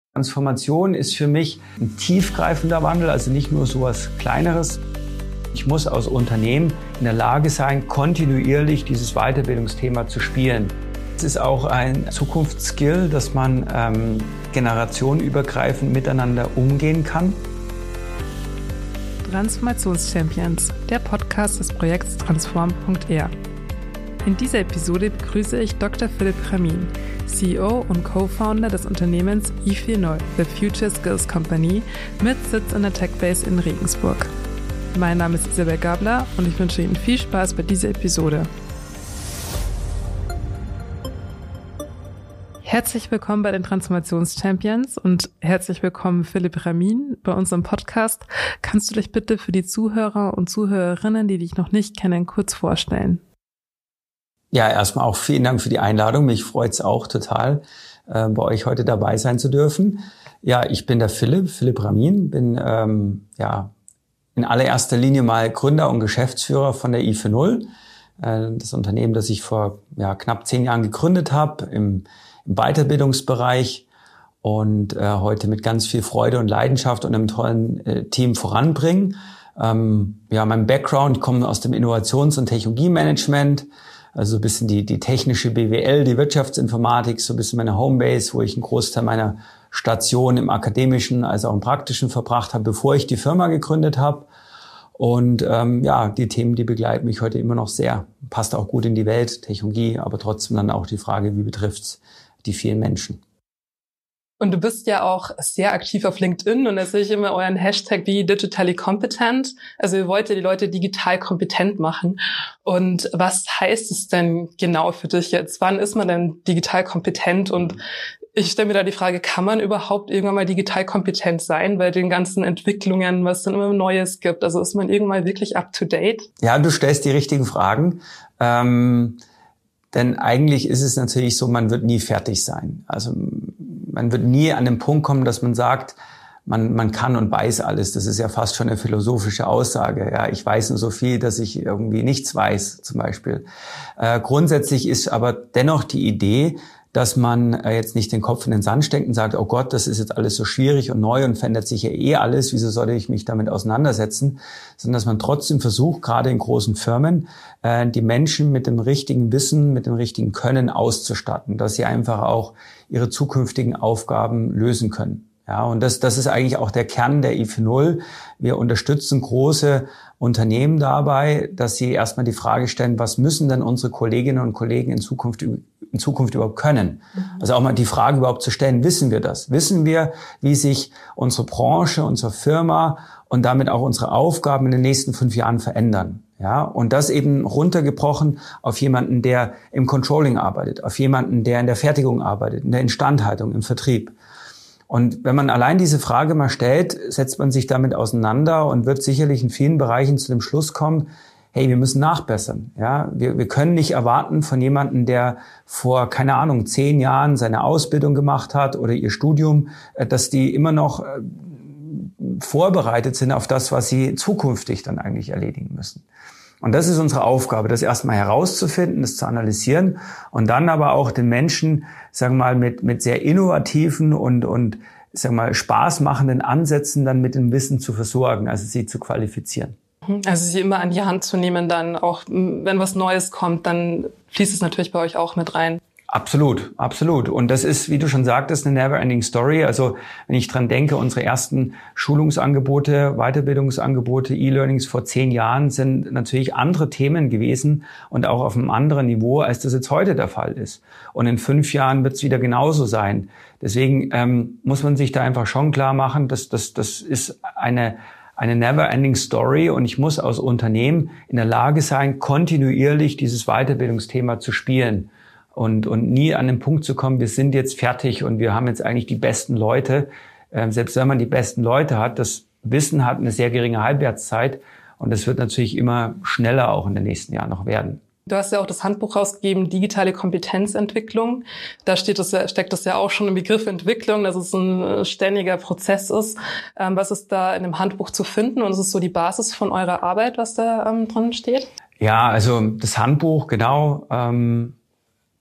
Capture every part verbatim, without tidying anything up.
Transformation ist für mich ein tiefgreifender Wandel, also nicht nur so was Kleineres. Ich muss als Unternehmen in der Lage sein, kontinuierlich dieses Weiterbildungsthema zu spielen. Es ist auch ein Zukunftsskill, dass man ähm, generationenübergreifend miteinander umgehen kann. Transformationschampions, der Podcast des Projekts transform punkt r. In dieser Episode begrüße ich Doktor Philipp Ramin, C E O und Co-Founder des Unternehmens I vier null, The Future Skills Company, mit Sitz in der TechBase in Regensburg. Mein Name ist Isabel Gabler und ich wünsche Ihnen viel Spaß bei dieser Episode. Herzlich willkommen bei den Transformationschampions und herzlich willkommen Philipp Ramin bei unserem Podcast. Kannst du dich bitte für die Zuhörer und Zuhörerinnen, die dich noch nicht kennen, kurz vorstellen? Ja, erstmal auch vielen Dank für die Einladung. Mich freut es auch total, äh, bei euch heute dabei sein zu dürfen. Ja, ich bin der Philipp, Philipp Ramin, bin ähm, ja in allererster Linie mal Gründer und Geschäftsführer von der I vier null. Äh, das Unternehmen, das ich vor ja, knapp zehn Jahren gegründet habe, im, im Weiterbildungsbereich und äh, heute mit ganz viel Freude und Leidenschaft und einem tollen äh, Team voranbringen. Ähm, ja, mein Background, ich komme aus dem Innovations- und Technologiemanagement, also ein bisschen die, die technische B W L, die Wirtschaftsinformatik, so ein bisschen meine Homebase, wo ich einen Großteil meiner Station im akademischen als auch im praktischen verbracht habe, bevor ich die Firma gegründet habe. Und ähm, ja, die Themen, die begleiten mich heute immer noch sehr. Passt auch gut in die Welt, Technologie, aber trotzdem dann auch die Frage, wie betrifft's die vielen Menschen. Und du bist ja auch sehr aktiv auf LinkedIn und da sehe ich immer euren Hashtag wie digitally competent. Also ihr wollt ja die Leute digital kompetent machen. Und was heißt es denn genau für dich jetzt? Wann ist man denn digital kompetent? Und ich stelle mir da die Frage, kann man überhaupt irgendwann mal digital kompetent sein bei den ganzen Entwicklungen, was dann immer Neues gibt? Also ist man irgendwann wirklich up to date? Ja, du stellst die richtigen Fragen. Ähm Denn eigentlich ist es natürlich so, man wird nie fertig sein. Also man wird nie an den Punkt kommen, dass man sagt, man, man kann und weiß alles. Das ist ja fast schon eine philosophische Aussage. Ja, ich weiß nur so viel, dass ich irgendwie nichts weiß, zum Beispiel. Äh, grundsätzlich ist aber dennoch die Idee, dass man äh, jetzt nicht den Kopf in den Sand steckt und sagt, oh Gott, das ist jetzt alles so schwierig und neu und verändert sich ja eh alles, wieso sollte ich mich damit auseinandersetzen, sondern dass man trotzdem versucht, gerade in großen Firmen, äh, die Menschen mit dem richtigen Wissen, mit dem richtigen Können auszustatten, dass sie einfach auch ihre zukünftigen Aufgaben lösen können. Ja, und das, das ist eigentlich auch der Kern der I vier null. Wir unterstützen große Unternehmen dabei, dass sie erstmal die Frage stellen, was müssen denn unsere Kolleginnen und Kollegen in Zukunft, in Zukunft überhaupt können? Mhm. Also auch mal die Frage überhaupt zu stellen, wissen wir das? Wissen wir, wie sich unsere Branche, unsere Firma und damit auch unsere Aufgaben in den nächsten fünf Jahren verändern? Ja, und das eben runtergebrochen auf jemanden, der im Controlling arbeitet, auf jemanden, der in der Fertigung arbeitet, in der Instandhaltung, im Vertrieb. Und wenn man allein diese Frage mal stellt, setzt man sich damit auseinander und wird sicherlich in vielen Bereichen zu dem Schluss kommen, hey, wir müssen nachbessern. Ja, wir, wir können nicht erwarten von jemandem, der vor, keine Ahnung, zehn Jahren seine Ausbildung gemacht hat oder ihr Studium, dass die immer noch vorbereitet sind auf das, was sie zukünftig dann eigentlich erledigen müssen. Und das ist unsere Aufgabe, das erstmal herauszufinden, das zu analysieren und dann aber auch den Menschen, sagen wir mal, mit mit sehr innovativen und und sagen wir mal spaßmachenden Ansätzen dann mit dem Wissen zu versorgen, also sie zu qualifizieren. Also sie immer an die Hand zu nehmen, dann auch, wenn was Neues kommt, dann fließt es natürlich bei euch auch mit rein. Absolut, absolut. Und das ist, wie du schon sagtest, eine never-ending story. Also wenn ich dran denke, unsere ersten Schulungsangebote, Weiterbildungsangebote, E-Learnings vor zehn Jahren sind natürlich andere Themen gewesen und auch auf einem anderen Niveau, als das jetzt heute der Fall ist. Und in fünf Jahren wird es wieder genauso sein. Deswegen ähm, muss man sich da einfach schon klar machen, dass das das ist eine eine never-ending story und ich muss als Unternehmen in der Lage sein, kontinuierlich dieses Weiterbildungsthema zu spielen. Und, und nie an den Punkt zu kommen, wir sind jetzt fertig und wir haben jetzt eigentlich die besten Leute. Ähm, selbst wenn man die besten Leute hat, das Wissen hat eine sehr geringe Halbwertszeit und das wird natürlich immer schneller auch in den nächsten Jahren noch werden. Du hast ja auch das Handbuch rausgegeben, digitale Kompetenzentwicklung. Da steht das ja, steckt das ja auch schon im Begriff Entwicklung, dass es ein ständiger Prozess ist. Ähm, was ist da in dem Handbuch zu finden und ist es so die Basis von eurer Arbeit, was da ähm, drin steht? Ja, also das Handbuch, genau, ähm,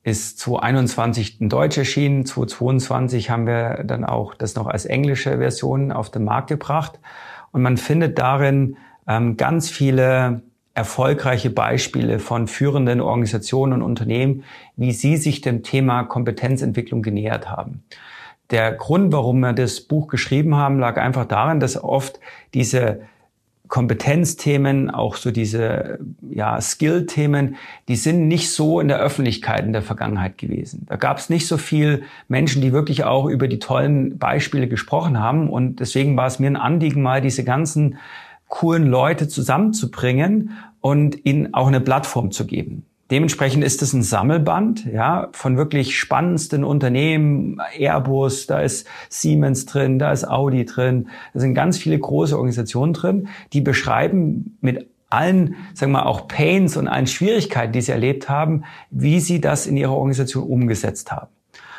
ist zweitausendeinundzwanzig in Deutsch erschienen. zweitausendzweiundzwanzig haben wir dann auch das noch als englische Version auf den Markt gebracht. Und man findet darin ähm, ganz viele erfolgreiche Beispiele von führenden Organisationen und Unternehmen, wie sie sich dem Thema Kompetenzentwicklung genähert haben. Der Grund, warum wir das Buch geschrieben haben, lag einfach darin, dass oft diese Kompetenzthemen, auch so diese ja, Skill-Themen, die sind nicht so in der Öffentlichkeit in der Vergangenheit gewesen. Da gab es nicht so viel Menschen, die wirklich auch über die tollen Beispiele gesprochen haben. Und deswegen war es mir ein Anliegen, mal diese ganzen coolen Leute zusammenzubringen und ihnen auch eine Plattform zu geben. Dementsprechend ist es ein Sammelband, ja, von wirklich spannendsten Unternehmen, Airbus, da ist Siemens drin, da ist Audi drin, da sind ganz viele große Organisationen drin, die beschreiben mit allen, sagen wir mal, auch Pains und allen Schwierigkeiten, die sie erlebt haben, wie sie das in ihrer Organisation umgesetzt haben.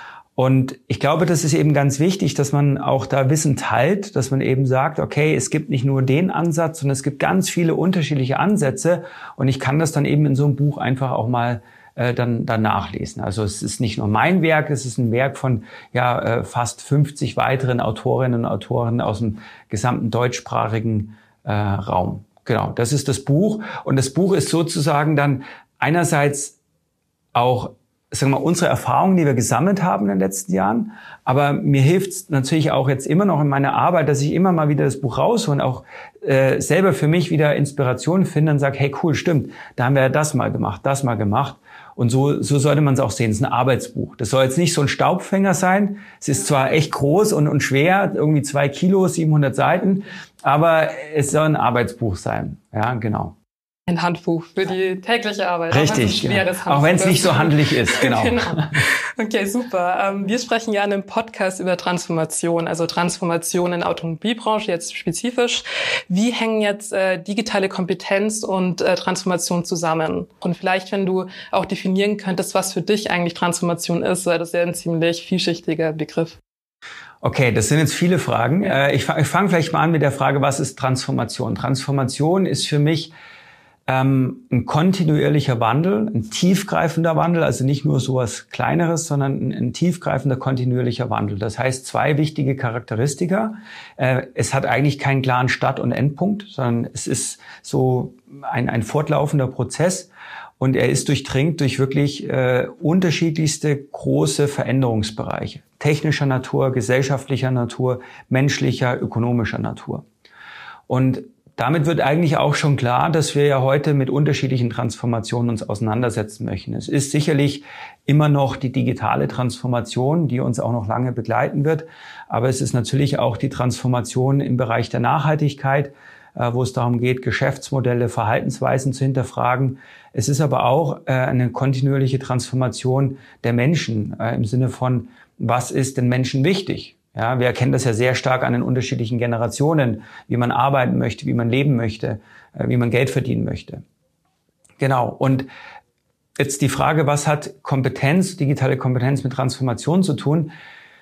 Und ich glaube, das ist eben ganz wichtig, dass man auch da Wissen teilt, dass man eben sagt, okay, es gibt nicht nur den Ansatz, sondern es gibt ganz viele unterschiedliche Ansätze und ich kann das dann eben in so einem Buch einfach auch mal äh, dann, dann nachlesen. Also es ist nicht nur mein Werk, es ist ein Werk von ja äh, fast fünfzig weiteren Autorinnen und Autoren aus dem gesamten deutschsprachigen äh, Raum. Genau, das ist das Buch und das Buch ist sozusagen dann einerseits auch sagen wir mal, unsere Erfahrungen, die wir gesammelt haben in den letzten Jahren. Aber mir hilft es natürlich auch jetzt immer noch in meiner Arbeit, dass ich immer mal wieder das Buch raushole und auch äh, selber für mich wieder Inspiration finde und sage, hey cool, stimmt, da haben wir ja das mal gemacht, das mal gemacht. Und so, so sollte man es auch sehen. Es ist ein Arbeitsbuch. Das soll jetzt nicht so ein Staubfänger sein. Es ist zwar echt groß und, und schwer, irgendwie zwei Kilo, siebenhundert Seiten, aber es soll ein Arbeitsbuch sein. Ja, genau. Ein Handbuch für die tägliche Arbeit. Richtig, auch wenn es nicht so handlich ist. Genau. Genau. Okay, super. Wir sprechen ja in einem Podcast über Transformation, also Transformation in der Automobilbranche jetzt spezifisch. Wie hängen jetzt äh, digitale Kompetenz und äh, Transformation zusammen? Und vielleicht, wenn du auch definieren könntest, was für dich eigentlich Transformation ist, weil das ist ja ein ziemlich vielschichtiger Begriff. Okay, das sind jetzt viele Fragen. Äh, ich fange fang vielleicht mal an mit der Frage, was ist Transformation? Transformation ist für mich Ähm, ein kontinuierlicher Wandel, ein tiefgreifender Wandel, also nicht nur sowas Kleineres, sondern ein, ein tiefgreifender, kontinuierlicher Wandel. Das heißt, zwei wichtige Charakteristika. Äh, es hat eigentlich keinen klaren Start- und Endpunkt, sondern es ist so ein, ein fortlaufender Prozess und er ist durchdringt durch wirklich äh, unterschiedlichste große Veränderungsbereiche. Technischer Natur, gesellschaftlicher Natur, menschlicher, ökonomischer Natur. Und damit wird eigentlich auch schon klar, dass wir ja heute mit unterschiedlichen Transformationen uns auseinandersetzen möchten. Es ist sicherlich immer noch die digitale Transformation, die uns auch noch lange begleiten wird. Aber es ist natürlich auch die Transformation im Bereich der Nachhaltigkeit, wo es darum geht, Geschäftsmodelle, Verhaltensweisen zu hinterfragen. Es ist aber auch eine kontinuierliche Transformation der Menschen im Sinne von, was ist den Menschen wichtig? Ja, wir erkennen das ja sehr stark an den unterschiedlichen Generationen, wie man arbeiten möchte, wie man leben möchte, wie man Geld verdienen möchte. Genau. Und jetzt die Frage, was hat Kompetenz, digitale Kompetenz mit Transformation zu tun?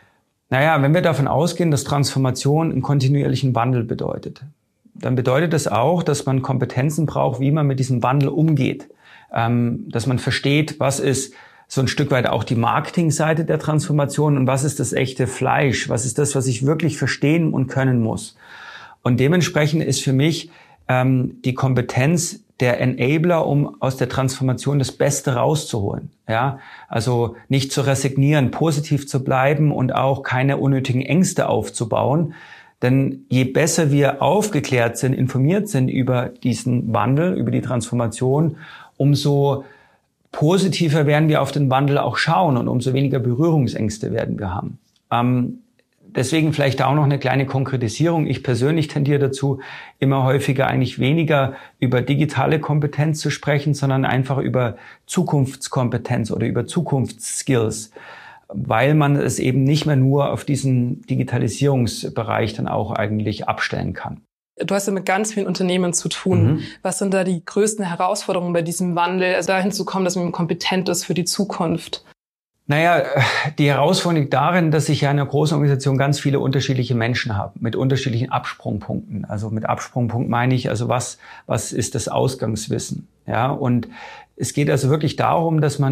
Naja, wenn wir davon ausgehen, dass Transformation einen kontinuierlichen Wandel bedeutet, dann bedeutet das auch, dass man Kompetenzen braucht, wie man mit diesem Wandel umgeht. Ähm, dass man versteht, was ist so ein Stück weit auch die Marketingseite der Transformation und was ist das echte Fleisch, was ist das, was ich wirklich verstehen und können muss. Und dementsprechend ist für mich ähm, die Kompetenz der Enabler, um aus der Transformation das Beste rauszuholen. Ja, also nicht zu resignieren, positiv zu bleiben und auch keine unnötigen Ängste aufzubauen. Denn je besser wir aufgeklärt sind, informiert sind über diesen Wandel, über die Transformation, umso positiver werden wir auf den Wandel auch schauen und umso weniger Berührungsängste werden wir haben. Ähm, deswegen vielleicht auch noch eine kleine Konkretisierung. Ich persönlich tendiere dazu, immer häufiger eigentlich weniger über digitale Kompetenz zu sprechen, sondern einfach über Zukunftskompetenz oder über Zukunftsskills, weil man es eben nicht mehr nur auf diesen Digitalisierungsbereich dann auch eigentlich abstellen kann. Du hast ja mit ganz vielen Unternehmen zu tun. Mhm. Was sind da die größten Herausforderungen bei diesem Wandel, also dahin zu kommen, dass man kompetent ist für die Zukunft? Naja, die Herausforderung liegt darin, dass ich ja in einer großen Organisation ganz viele unterschiedliche Menschen habe, mit unterschiedlichen Absprungpunkten. Also mit Absprungpunkt meine ich, also was, was ist das Ausgangswissen? Ja, und es geht also wirklich darum, dass man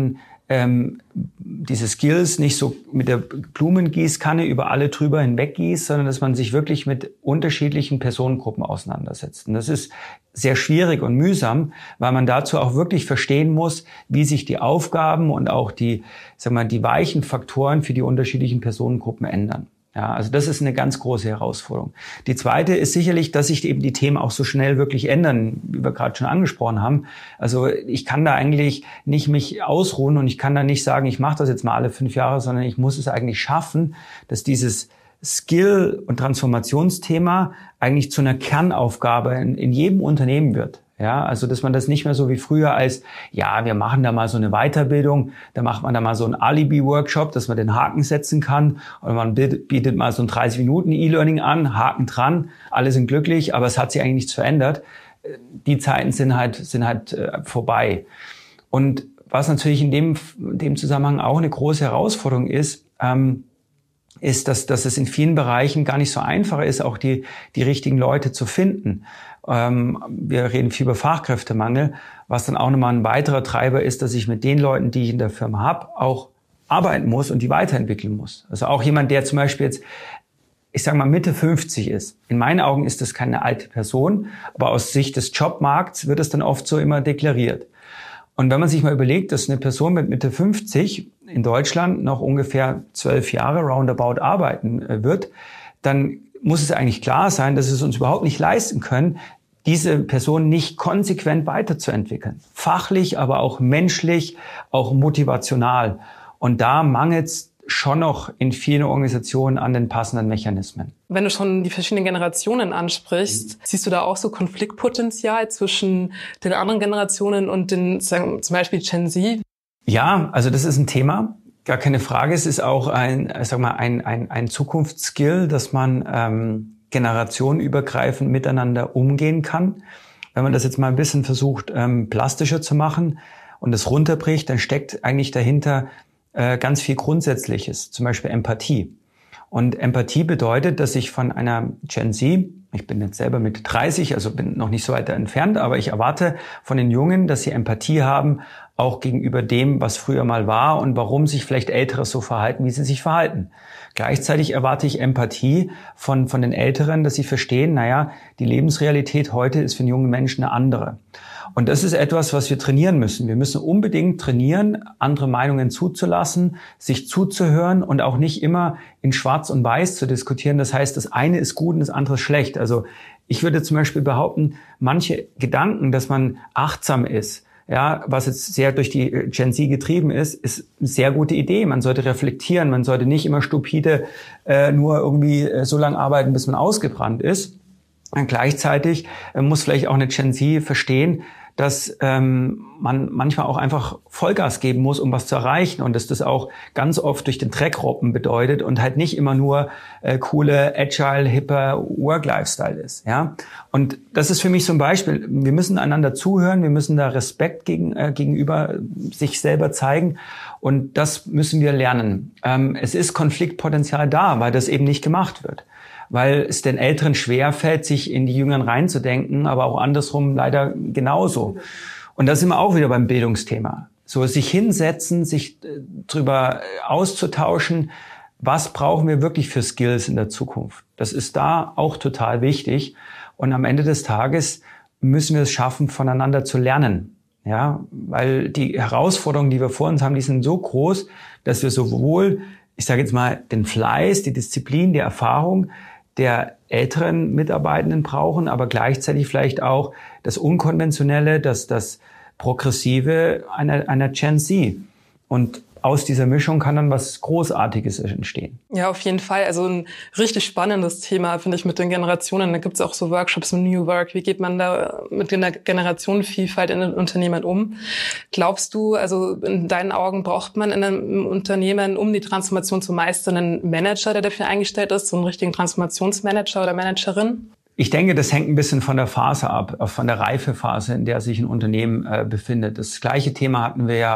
ähm, diese Skills nicht so mit der Blumengießkanne über alle drüber hinweg gießt, sondern dass man sich wirklich mit unterschiedlichen Personengruppen auseinandersetzt. Und das ist sehr schwierig und mühsam, weil man dazu auch wirklich verstehen muss, wie sich die Aufgaben und auch die, sag mal, die weichen Faktoren für die unterschiedlichen Personengruppen ändern. Ja, also das ist eine ganz große Herausforderung. Die zweite ist sicherlich, dass sich eben die Themen auch so schnell wirklich ändern, wie wir gerade schon angesprochen haben. Also ich kann da eigentlich nicht mich ausruhen und ich kann da nicht sagen, ich mache das jetzt mal alle fünf Jahre, sondern ich muss es eigentlich schaffen, dass dieses Skill- und Transformationsthema eigentlich zu einer Kernaufgabe in, in jedem Unternehmen wird. Ja, also, dass man das nicht mehr so wie früher als, ja, wir machen da mal so eine Weiterbildung, da macht man da mal so einen Alibi-Workshop, dass man den Haken setzen kann, oder man bietet mal so ein dreißig Minuten E-Learning an, Haken dran, alle sind glücklich, aber es hat sich eigentlich nichts verändert. Die Zeiten sind halt, sind halt äh, vorbei. Und was natürlich in dem, in dem Zusammenhang auch eine große Herausforderung ist, ähm, ist, dass, dass es in vielen Bereichen gar nicht so einfach ist, auch die, die richtigen Leute zu finden. Ähm, wir reden viel über Fachkräftemangel, was dann auch nochmal ein weiterer Treiber ist, dass ich mit den Leuten, die ich in der Firma habe, auch arbeiten muss und die weiterentwickeln muss. Also auch jemand, der zum Beispiel jetzt, ich sage mal, Mitte fünfzig ist. In meinen Augen ist das keine alte Person, aber aus Sicht des Jobmarkts wird es dann oft so immer deklariert. Und wenn man sich mal überlegt, dass eine Person mit Mitte fünfzig in Deutschland noch ungefähr zwölf Jahre roundabout arbeiten wird, dann muss es eigentlich klar sein, dass es uns überhaupt nicht leisten können, diese Person nicht konsequent weiterzuentwickeln. Fachlich, aber auch menschlich, auch motivational. Und da mangelt es schon noch in vielen Organisationen an den passenden Mechanismen. Wenn du schon die verschiedenen Generationen ansprichst, mhm. siehst du da auch so Konfliktpotenzial zwischen den anderen Generationen und den, sagen, zum Beispiel Gen Z? Ja, also das ist ein Thema, gar keine Frage. Es ist auch ein, sag mal, ein, ein, ein Zukunftsskill, dass man ähm, generationenübergreifend miteinander umgehen kann. Wenn man das jetzt mal ein bisschen versucht, ähm, plastischer zu machen und es runterbricht, dann steckt eigentlich dahinter äh, ganz viel Grundsätzliches, zum Beispiel Empathie. Und Empathie bedeutet, dass ich von einer Gen Z, ich bin jetzt selber Mitte dreißig, also bin noch nicht so weit entfernt, aber ich erwarte von den Jungen, dass sie Empathie haben, auch gegenüber dem, was früher mal war und warum sich vielleicht Ältere so verhalten, wie sie sich verhalten. Gleichzeitig erwarte ich Empathie von, von den Älteren, dass sie verstehen, naja, die Lebensrealität heute ist für den jungen Menschen eine andere. Und das ist etwas, was wir trainieren müssen. Wir müssen unbedingt trainieren, andere Meinungen zuzulassen, sich zuzuhören und auch nicht immer in Schwarz und Weiß zu diskutieren. Das heißt, das eine ist gut und das andere ist schlecht. Also ich würde zum Beispiel behaupten, manche Gedanken, dass man achtsam ist, ja, was jetzt sehr durch die Gen Z getrieben ist, ist eine sehr gute Idee. Man sollte reflektieren, man sollte nicht immer stupide äh, nur irgendwie äh, so lange arbeiten, bis man ausgebrannt ist. Und gleichzeitig äh, muss vielleicht auch eine Gen Z verstehen, dass ähm, man manchmal auch einfach Vollgas geben muss, um was zu erreichen und dass das auch ganz oft durch den Dreck robben bedeutet und halt nicht immer nur äh, coole, agile, hipper Work-Lifestyle ist. Ja, und das ist für mich so ein Beispiel. Wir müssen einander zuhören, wir müssen da Respekt gegen, äh, gegenüber sich selber zeigen und das müssen wir lernen. Ähm, es ist Konfliktpotenzial da, weil das eben nicht gemacht wird. Weil es den Älteren schwerfällt, sich in die Jüngeren reinzudenken, aber auch andersrum leider genauso. Und da sind wir auch wieder beim Bildungsthema. So sich hinsetzen, sich drüber auszutauschen, was brauchen wir wirklich für Skills in der Zukunft. Das ist da auch total wichtig. Und am Ende des Tages müssen wir es schaffen, voneinander zu lernen. Ja, weil die Herausforderungen, die wir vor uns haben, die sind so groß, dass wir sowohl, ich sage jetzt mal, den Fleiß, die Disziplin, die Erfahrung der älteren Mitarbeitenden brauchen, aber gleichzeitig vielleicht auch das Unkonventionelle, das, das Progressive einer, einer Gen Z. Und aus dieser Mischung kann dann was Großartiges entstehen. Ja, auf jeden Fall. Also ein richtig spannendes Thema, finde ich, mit den Generationen. Da gibt es auch so Workshops mit New Work. Wie geht man da mit der Generationenvielfalt in den Unternehmen um? Glaubst du, also in deinen Augen braucht man in einem Unternehmen, um die Transformation zu meistern, einen Manager, der dafür eingestellt ist, so einen richtigen Transformationsmanager oder Managerin? Ich denke, das hängt ein bisschen von der Phase ab, von der Reifephase, in der sich ein Unternehmen äh, befindet. Das gleiche Thema hatten wir ja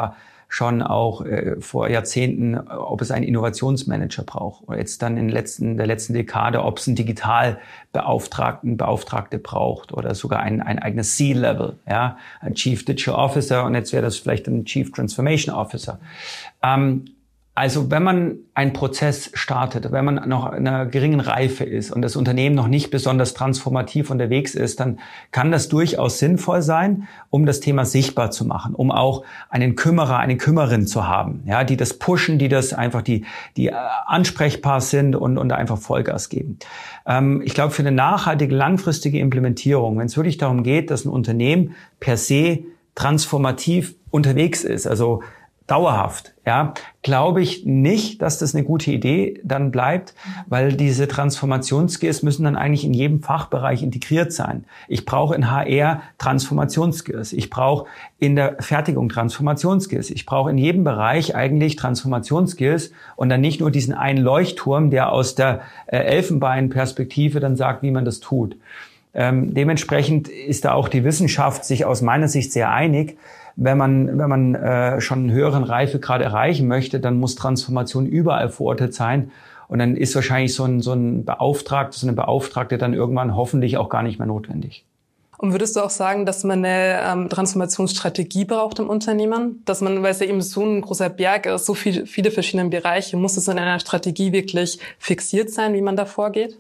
schon auch äh, vor Jahrzehnten, ob es einen Innovationsmanager braucht. Oder jetzt dann in den letzten, der letzten Dekade, ob es einen Digitalbeauftragten, Beauftragte braucht oder sogar ein, ein eigenes C-Level, ja, ein Chief Digital Officer und jetzt wäre das vielleicht ein Chief Transformation Officer. Ähm, Also wenn man einen Prozess startet, wenn man noch in einer geringen Reife ist und das Unternehmen noch nicht besonders transformativ unterwegs ist, dann kann das durchaus sinnvoll sein, um das Thema sichtbar zu machen, um auch einen Kümmerer, eine Kümmerin zu haben, ja, die das pushen, die das einfach, die, die ansprechbar sind und, und einfach Vollgas geben. Ähm, ich glaube, für eine nachhaltige, langfristige Implementierung, wenn es wirklich darum geht, dass ein Unternehmen per se transformativ unterwegs ist, also dauerhaft, ja, glaube ich nicht, dass das eine gute Idee dann bleibt, weil diese Transformationsskills müssen dann eigentlich in jedem Fachbereich integriert sein. Ich brauche in H R Transformationsskills, ich brauche in der Fertigung Transformationsskills, ich brauche in jedem Bereich eigentlich Transformationsskills und dann nicht nur diesen einen Leuchtturm, der aus der äh, Elfenbeinperspektive dann sagt, wie man das tut. Ähm, dementsprechend ist da auch die Wissenschaft sich aus meiner Sicht sehr einig. Wenn man, wenn man äh, schon einen höheren Reifegrad erreichen möchte, dann muss Transformation überall verortet sein. Und dann ist wahrscheinlich so ein, so ein Beauftragter, so eine Beauftragte dann irgendwann hoffentlich auch gar nicht mehr notwendig. Und würdest du auch sagen, dass man eine ähm, Transformationsstrategie braucht im Unternehmen? Dass man, weil es ja eben so ein großer Berg ist, so viel, viele verschiedene Bereiche, muss es in einer Strategie wirklich fixiert sein, wie man da vorgeht?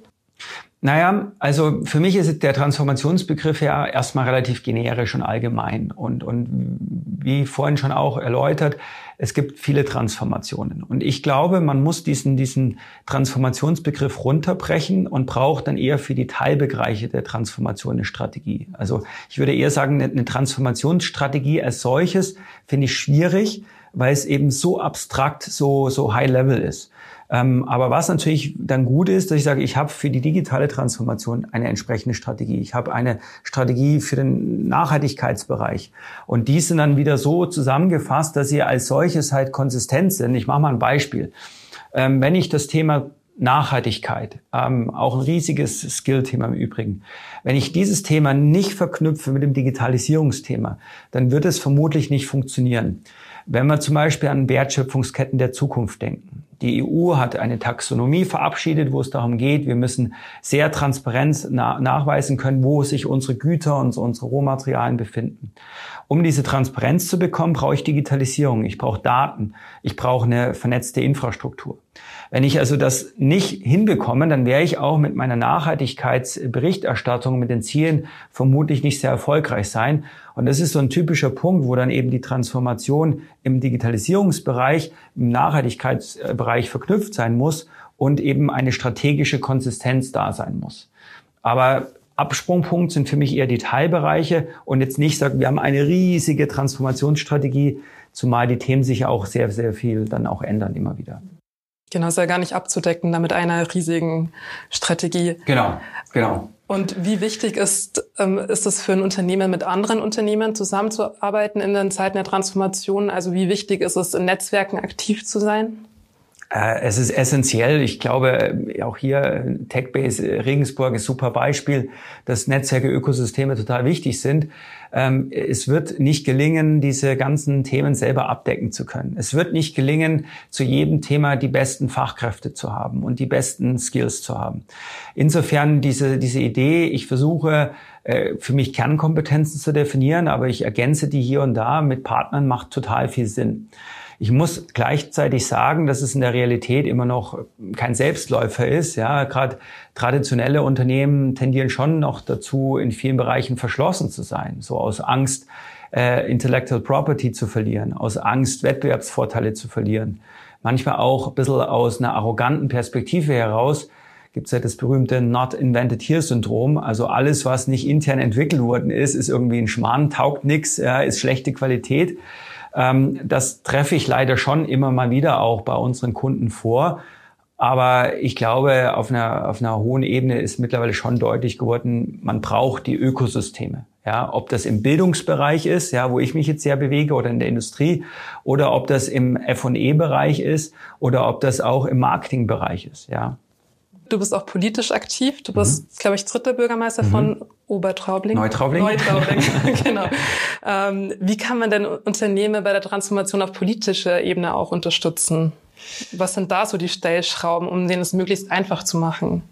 Naja, also für mich ist der Transformationsbegriff ja erstmal relativ generisch und allgemein. Und, und wie vorhin schon auch erläutert, es gibt viele Transformationen. Und ich glaube, man muss diesen, diesen Transformationsbegriff runterbrechen und braucht dann eher für die Teilbereiche der Transformation eine Strategie. Also ich würde eher sagen, eine Transformationsstrategie als solches finde ich schwierig, weil es eben so abstrakt, so, so high level ist. Ähm, aber was natürlich dann gut ist, dass ich sage, ich habe für die digitale Transformation eine entsprechende Strategie. Ich habe eine Strategie für den Nachhaltigkeitsbereich. Und die sind dann wieder so zusammengefasst, dass sie als solches halt konsistent sind. Ich mache mal ein Beispiel. Ähm, wenn ich das Thema Nachhaltigkeit, ähm, auch ein riesiges Skill-Thema im Übrigen. Wenn ich dieses Thema nicht verknüpfe mit dem Digitalisierungsthema, dann wird es vermutlich nicht funktionieren. Wenn wir zum Beispiel an Wertschöpfungsketten der Zukunft denken. Die E U hat eine Taxonomie verabschiedet, wo es darum geht, wir müssen sehr transparent na- nachweisen können, wo sich unsere Güter und unsere Rohmaterialien befinden. Um diese Transparenz zu bekommen, brauche ich Digitalisierung, ich brauche Daten, ich brauche eine vernetzte Infrastruktur. Wenn ich also das nicht hinbekomme, dann wäre ich auch mit meiner Nachhaltigkeitsberichterstattung, mit den Zielen vermutlich nicht sehr erfolgreich sein. Und das ist so ein typischer Punkt, wo dann eben die Transformation im Digitalisierungsbereich, im Nachhaltigkeitsbereich verknüpft sein muss und eben eine strategische Konsistenz da sein muss. Aber Absprungpunkt sind für mich eher die Teilbereiche und jetzt nicht sagen, wir haben eine riesige Transformationsstrategie, zumal die Themen sich auch sehr, sehr viel dann auch ändern immer wieder. Genau, ist ja gar nicht abzudecken da mit einer riesigen Strategie. Genau, genau. Und wie wichtig ist, ähm, ist es für ein Unternehmen, mit anderen Unternehmen zusammenzuarbeiten in den Zeiten der Transformation? Also wie wichtig ist es, in Netzwerken aktiv zu sein? Es ist essentiell. Ich glaube, auch hier TechBase Regensburg ist ein super Beispiel, dass Netzwerke, Ökosysteme total wichtig sind. Es wird nicht gelingen, diese ganzen Themen selber abdecken zu können. Es wird nicht gelingen, zu jedem Thema die besten Fachkräfte zu haben und die besten Skills zu haben. Insofern diese, diese Idee, ich versuche, für mich Kernkompetenzen zu definieren, aber ich ergänze die hier und da mit Partnern, macht total viel Sinn. Ich muss gleichzeitig sagen, dass es in der Realität immer noch kein Selbstläufer ist. Ja, gerade traditionelle Unternehmen tendieren schon noch dazu, in vielen Bereichen verschlossen zu sein. So aus Angst, äh, Intellectual Property zu verlieren, aus Angst, Wettbewerbsvorteile zu verlieren. Manchmal auch ein bisschen aus einer arroganten Perspektive heraus. Gibt es ja das berühmte Not Invented Here-Syndrom. Also alles, was nicht intern entwickelt worden ist, ist irgendwie ein Schmarrn, taugt nichts, ja, ist schlechte Qualität. Das treffe ich leider schon immer mal wieder auch bei unseren Kunden vor. Aber ich glaube, auf einer, auf einer hohen Ebene ist mittlerweile schon deutlich geworden, man braucht die Ökosysteme. Ja, ob das im Bildungsbereich ist, ja, wo ich mich jetzt sehr bewege, oder in der Industrie, oder ob das im F und E-Bereich ist, oder ob das auch im Marketingbereich ist, ja. Du bist auch politisch aktiv. Du bist, mhm. glaube ich, dritter Bürgermeister mhm. von Obertraubling. Neutraubling. Neutraubling, genau. Ähm, wie kann man denn Unternehmen bei der Transformation auf politischer Ebene auch unterstützen? Was sind da so die Stellschrauben, um denen es möglichst einfach zu machen?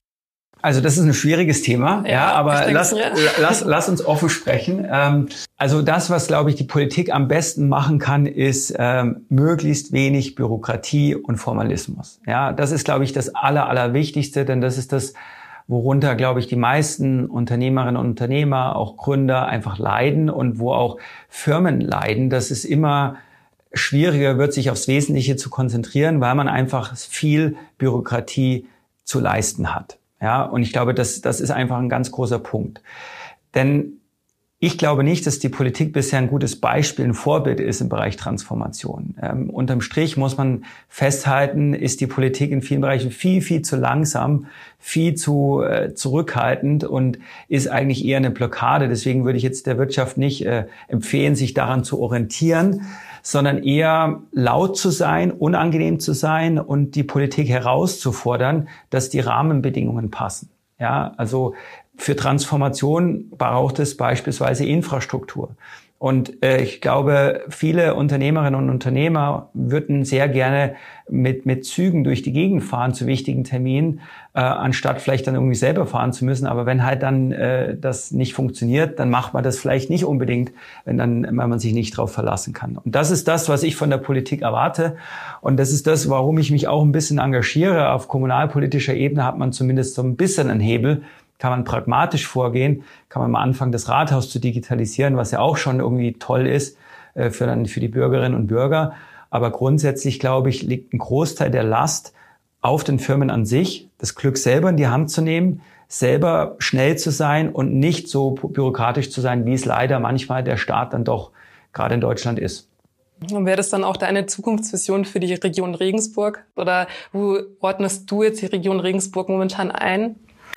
Also das ist ein schwieriges Thema, ja, ja aber lass, ja. lass, lass uns offen sprechen. Ähm, also das, was, glaube ich, die Politik am besten machen kann, ist ähm, möglichst wenig Bürokratie und Formalismus. Ja, das ist, glaube ich, das Aller, Allerwichtigste, denn das ist das, worunter, glaube ich, die meisten Unternehmerinnen und Unternehmer, auch Gründer einfach leiden und wo auch Firmen leiden, dass es immer schwieriger wird, sich aufs Wesentliche zu konzentrieren, weil man einfach viel Bürokratie zu leisten hat. Ja, und ich glaube, das, das ist einfach ein ganz großer Punkt. Denn ich glaube nicht, dass die Politik bisher ein gutes Beispiel, ein Vorbild ist im Bereich Transformation. Ähm, unterm Strich muss man festhalten, ist die Politik in vielen Bereichen viel, viel zu langsam, viel zu äh, zurückhaltend und ist eigentlich eher eine Blockade. Deswegen würde ich jetzt der Wirtschaft nicht äh, empfehlen, sich daran zu orientieren, sondern eher laut zu sein, unangenehm zu sein und die Politik herauszufordern, dass die Rahmenbedingungen passen. Ja, also für Transformation braucht es beispielsweise Infrastruktur. Und äh, ich glaube, viele Unternehmerinnen und Unternehmer würden sehr gerne mit mit Zügen durch die Gegend fahren zu wichtigen Terminen, äh, anstatt vielleicht dann irgendwie selber fahren zu müssen. Aber wenn halt dann äh, das nicht funktioniert, dann macht man das vielleicht nicht unbedingt, wenn dann, wenn man sich nicht darauf verlassen kann. Und das ist das, was ich von der Politik erwarte. Und das ist das, warum ich mich auch ein bisschen engagiere. Auf kommunalpolitischer Ebene hat man zumindest so ein bisschen einen Hebel. Kann man pragmatisch vorgehen, kann man mal anfangen, das Rathaus zu digitalisieren, was ja auch schon irgendwie toll ist äh, für dann für die Bürgerinnen und Bürger. Aber grundsätzlich, glaube ich, liegt ein Großteil der Last auf den Firmen an sich, das Glück selber in die Hand zu nehmen, selber schnell zu sein und nicht so bürokratisch zu sein, wie es leider manchmal der Staat dann doch gerade in Deutschland ist. Und wäre das dann auch deine Zukunftsvision für die Region Regensburg? Oder wo ordnest du jetzt die Region Regensburg momentan ein?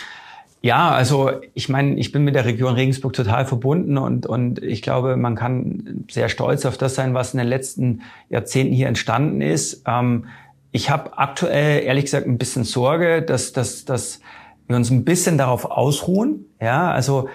Ja, also ich meine, ich bin mit der Region Regensburg total verbunden und und ich glaube, man kann sehr stolz auf das sein, was in den letzten Jahrzehnten hier entstanden ist. Ähm, ich habe aktuell ehrlich gesagt ein bisschen Sorge, dass dass dass wir uns ein bisschen darauf ausruhen. Ja, also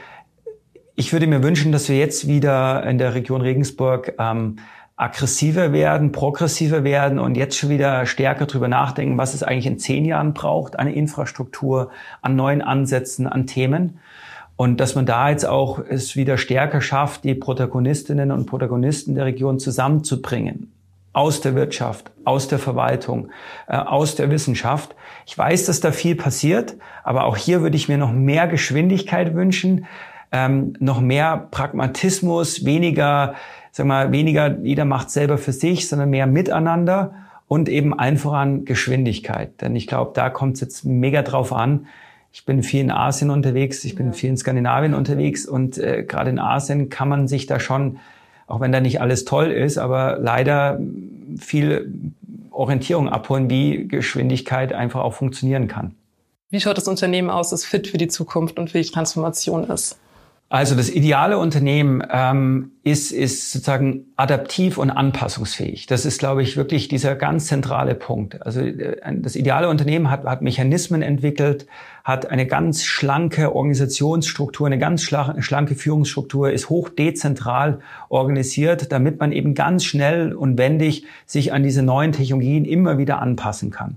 ich würde mir wünschen, dass wir jetzt wieder in der Region Regensburg ähm, aggressiver werden, progressiver werden und jetzt schon wieder stärker drüber nachdenken, was es eigentlich in zehn Jahren braucht an Infrastruktur, an neuen Ansätzen, an Themen. Und dass man da jetzt auch es wieder stärker schafft, die Protagonistinnen und Protagonisten der Region zusammenzubringen. Aus der Wirtschaft, aus der Verwaltung, äh, aus der Wissenschaft. Ich weiß, dass da viel passiert, aber auch hier würde ich mir noch mehr Geschwindigkeit wünschen, ähm, noch mehr Pragmatismus, weniger Sag mal, weniger jeder macht selber für sich, sondern mehr miteinander und eben allen voran Geschwindigkeit. Denn ich glaube, da kommt es jetzt mega drauf an. Ich bin viel in Asien unterwegs, ich bin ja. viel in Skandinavien unterwegs und äh, gerade in Asien kann man sich da schon, auch wenn da nicht alles toll ist, aber leider viel Orientierung abholen, wie Geschwindigkeit einfach auch funktionieren kann. Wie schaut das Unternehmen aus, das fit für die Zukunft und für die Transformation ist? Also das ideale Unternehmen ähm, ist, ist sozusagen adaptiv und anpassungsfähig. Das ist, glaube ich, wirklich dieser ganz zentrale Punkt. Also äh, das ideale Unternehmen hat, hat Mechanismen entwickelt, hat eine ganz schlanke Organisationsstruktur, eine ganz schlanke Führungsstruktur, ist hoch dezentral organisiert, damit man eben ganz schnell und wendig sich an diese neuen Technologien immer wieder anpassen kann.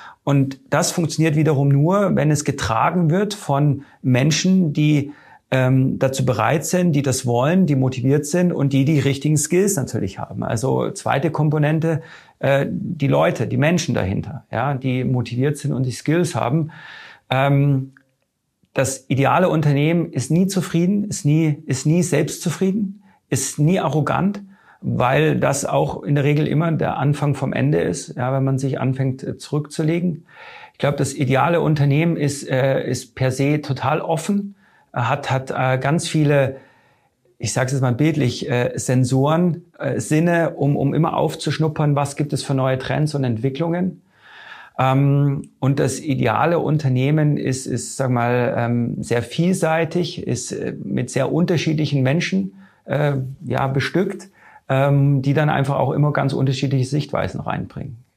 Und das funktioniert wiederum nur, wenn es getragen wird von Menschen, die ähm, dazu bereit sind, die das wollen, die motiviert sind und die die richtigen Skills natürlich haben. Also zweite Komponente, äh, die Leute, die Menschen dahinter, ja, die motiviert sind und die Skills haben. Ähm, das ideale Unternehmen ist nie zufrieden, ist nie, ist nie selbstzufrieden, ist nie arrogant, weil das auch in der Regel immer der Anfang vom Ende ist, ja, wenn man sich anfängt äh, zurückzulegen. Ich glaube, das ideale Unternehmen ist, äh, ist per se total offen, hat hat äh, ganz viele, ich sage es jetzt mal bildlich, äh, Sensoren, äh, Sinne, um um immer aufzuschnuppern, was gibt es für neue Trends und Entwicklungen. Ähm, und das ideale Unternehmen ist, ist sag mal, ähm, sehr vielseitig, ist äh, mit sehr unterschiedlichen Menschen äh, ja bestückt, ähm, die dann einfach auch immer ganz unterschiedliche Sichtweisen reinbringen.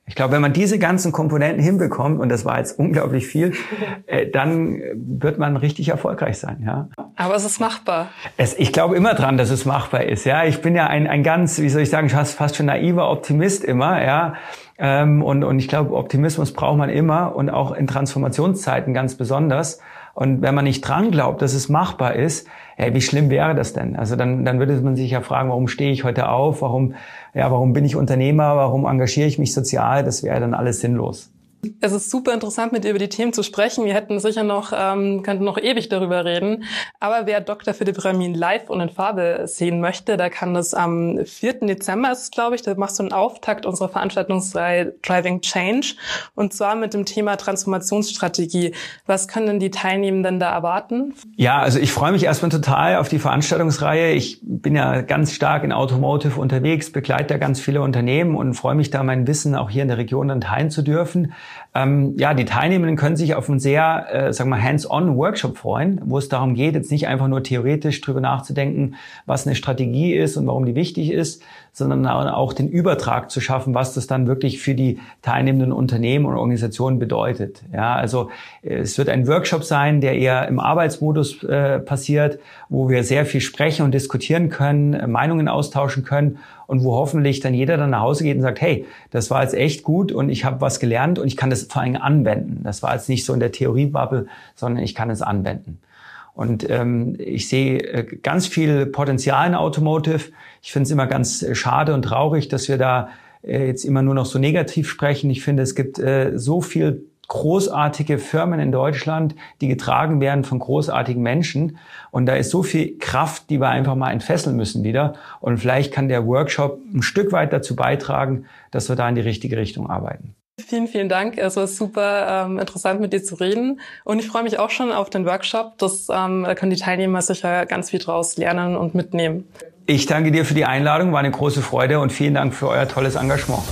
Ich glaube, wenn man diese ganzen Komponenten hinbekommt, und das war jetzt unglaublich viel, äh, dann wird man richtig erfolgreich sein. Ja. Aber es ist machbar. Es, ich glaube immer dran, dass es machbar ist. Ja, ich bin ja ein, ein ganz, wie soll ich sagen, fast, fast schon naiver Optimist immer. Ja, ähm, und, und ich glaube, Optimismus braucht man immer und auch in Transformationszeiten ganz besonders. Und wenn man nicht dran glaubt, dass es machbar ist, hey, wie schlimm wäre das denn? Also dann, dann würde man sich ja fragen, warum stehe ich heute auf? Warum, ja, warum bin ich Unternehmer? Warum engagiere ich mich sozial? Das wäre dann alles sinnlos. Es ist super interessant, mit dir über die Themen zu sprechen. Wir hätten sicher noch, ähm, könnten noch ewig darüber reden. Aber wer Doktor Philipp Ramin live und in Farbe sehen möchte, der kann das am vierten Dezember, ist es, glaube ich, da machst du einen Auftakt unserer Veranstaltungsreihe Driving Change. Und zwar mit dem Thema Transformationsstrategie. Was können denn die Teilnehmenden da erwarten? Ja, also ich freue mich erstmal total auf die Veranstaltungsreihe. Ich bin ja ganz stark in Automotive unterwegs, begleite da ganz viele Unternehmen und freue mich da, mein Wissen auch hier in der Region dann teilen zu dürfen. Ähm, ja, die Teilnehmenden können sich auf einen sehr, äh, sagen wir mal, hands-on-Workshop freuen, wo es darum geht, jetzt nicht einfach nur theoretisch drüber nachzudenken, was eine Strategie ist und warum die wichtig ist, sondern auch den Übertrag zu schaffen, was das dann wirklich für die teilnehmenden Unternehmen und Organisationen bedeutet. Ja, also es wird ein Workshop sein, der eher im Arbeitsmodus äh, passiert, wo wir sehr viel sprechen und diskutieren können, äh, Meinungen austauschen können und wo hoffentlich dann jeder dann nach Hause geht und sagt, hey, das war jetzt echt gut und ich habe was gelernt und ich kann das vor allem anwenden. Das war jetzt nicht so in der Theoriebubble, sondern ich kann es anwenden. Und ähm, ich sehe äh, ganz viel Potenzial in Automotive. Ich finde es immer ganz äh, schade und traurig, dass wir da äh, jetzt immer nur noch so negativ sprechen. Ich finde, es gibt äh, so viel großartige Firmen in Deutschland, die getragen werden von großartigen Menschen. Und da ist so viel Kraft, die wir einfach mal entfesseln müssen wieder. Und vielleicht kann der Workshop ein Stück weit dazu beitragen, dass wir da in die richtige Richtung arbeiten. Vielen, vielen Dank. Es war super ähm, interessant, mit dir zu reden. Und ich freue mich auch schon auf den Workshop. Das, ähm, da können die Teilnehmer sicher ganz viel draus lernen und mitnehmen. Ich danke dir für die Einladung. War eine große Freude und vielen Dank für euer tolles Engagement.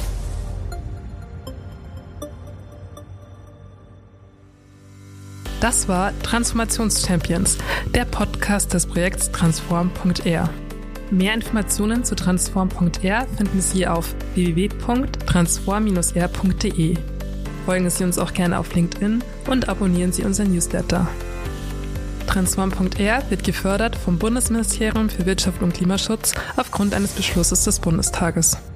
Das war Transformationschampions, der Podcast des Projekts transform punkt r. Mehr Informationen zu transform punkt r finden Sie auf w w w punkt transform r punkt d e. Folgen Sie uns auch gerne auf LinkedIn und abonnieren Sie unseren Newsletter. transform punkt r wird gefördert vom Bundesministerium für Wirtschaft und Klimaschutz aufgrund eines Beschlusses des Bundestages.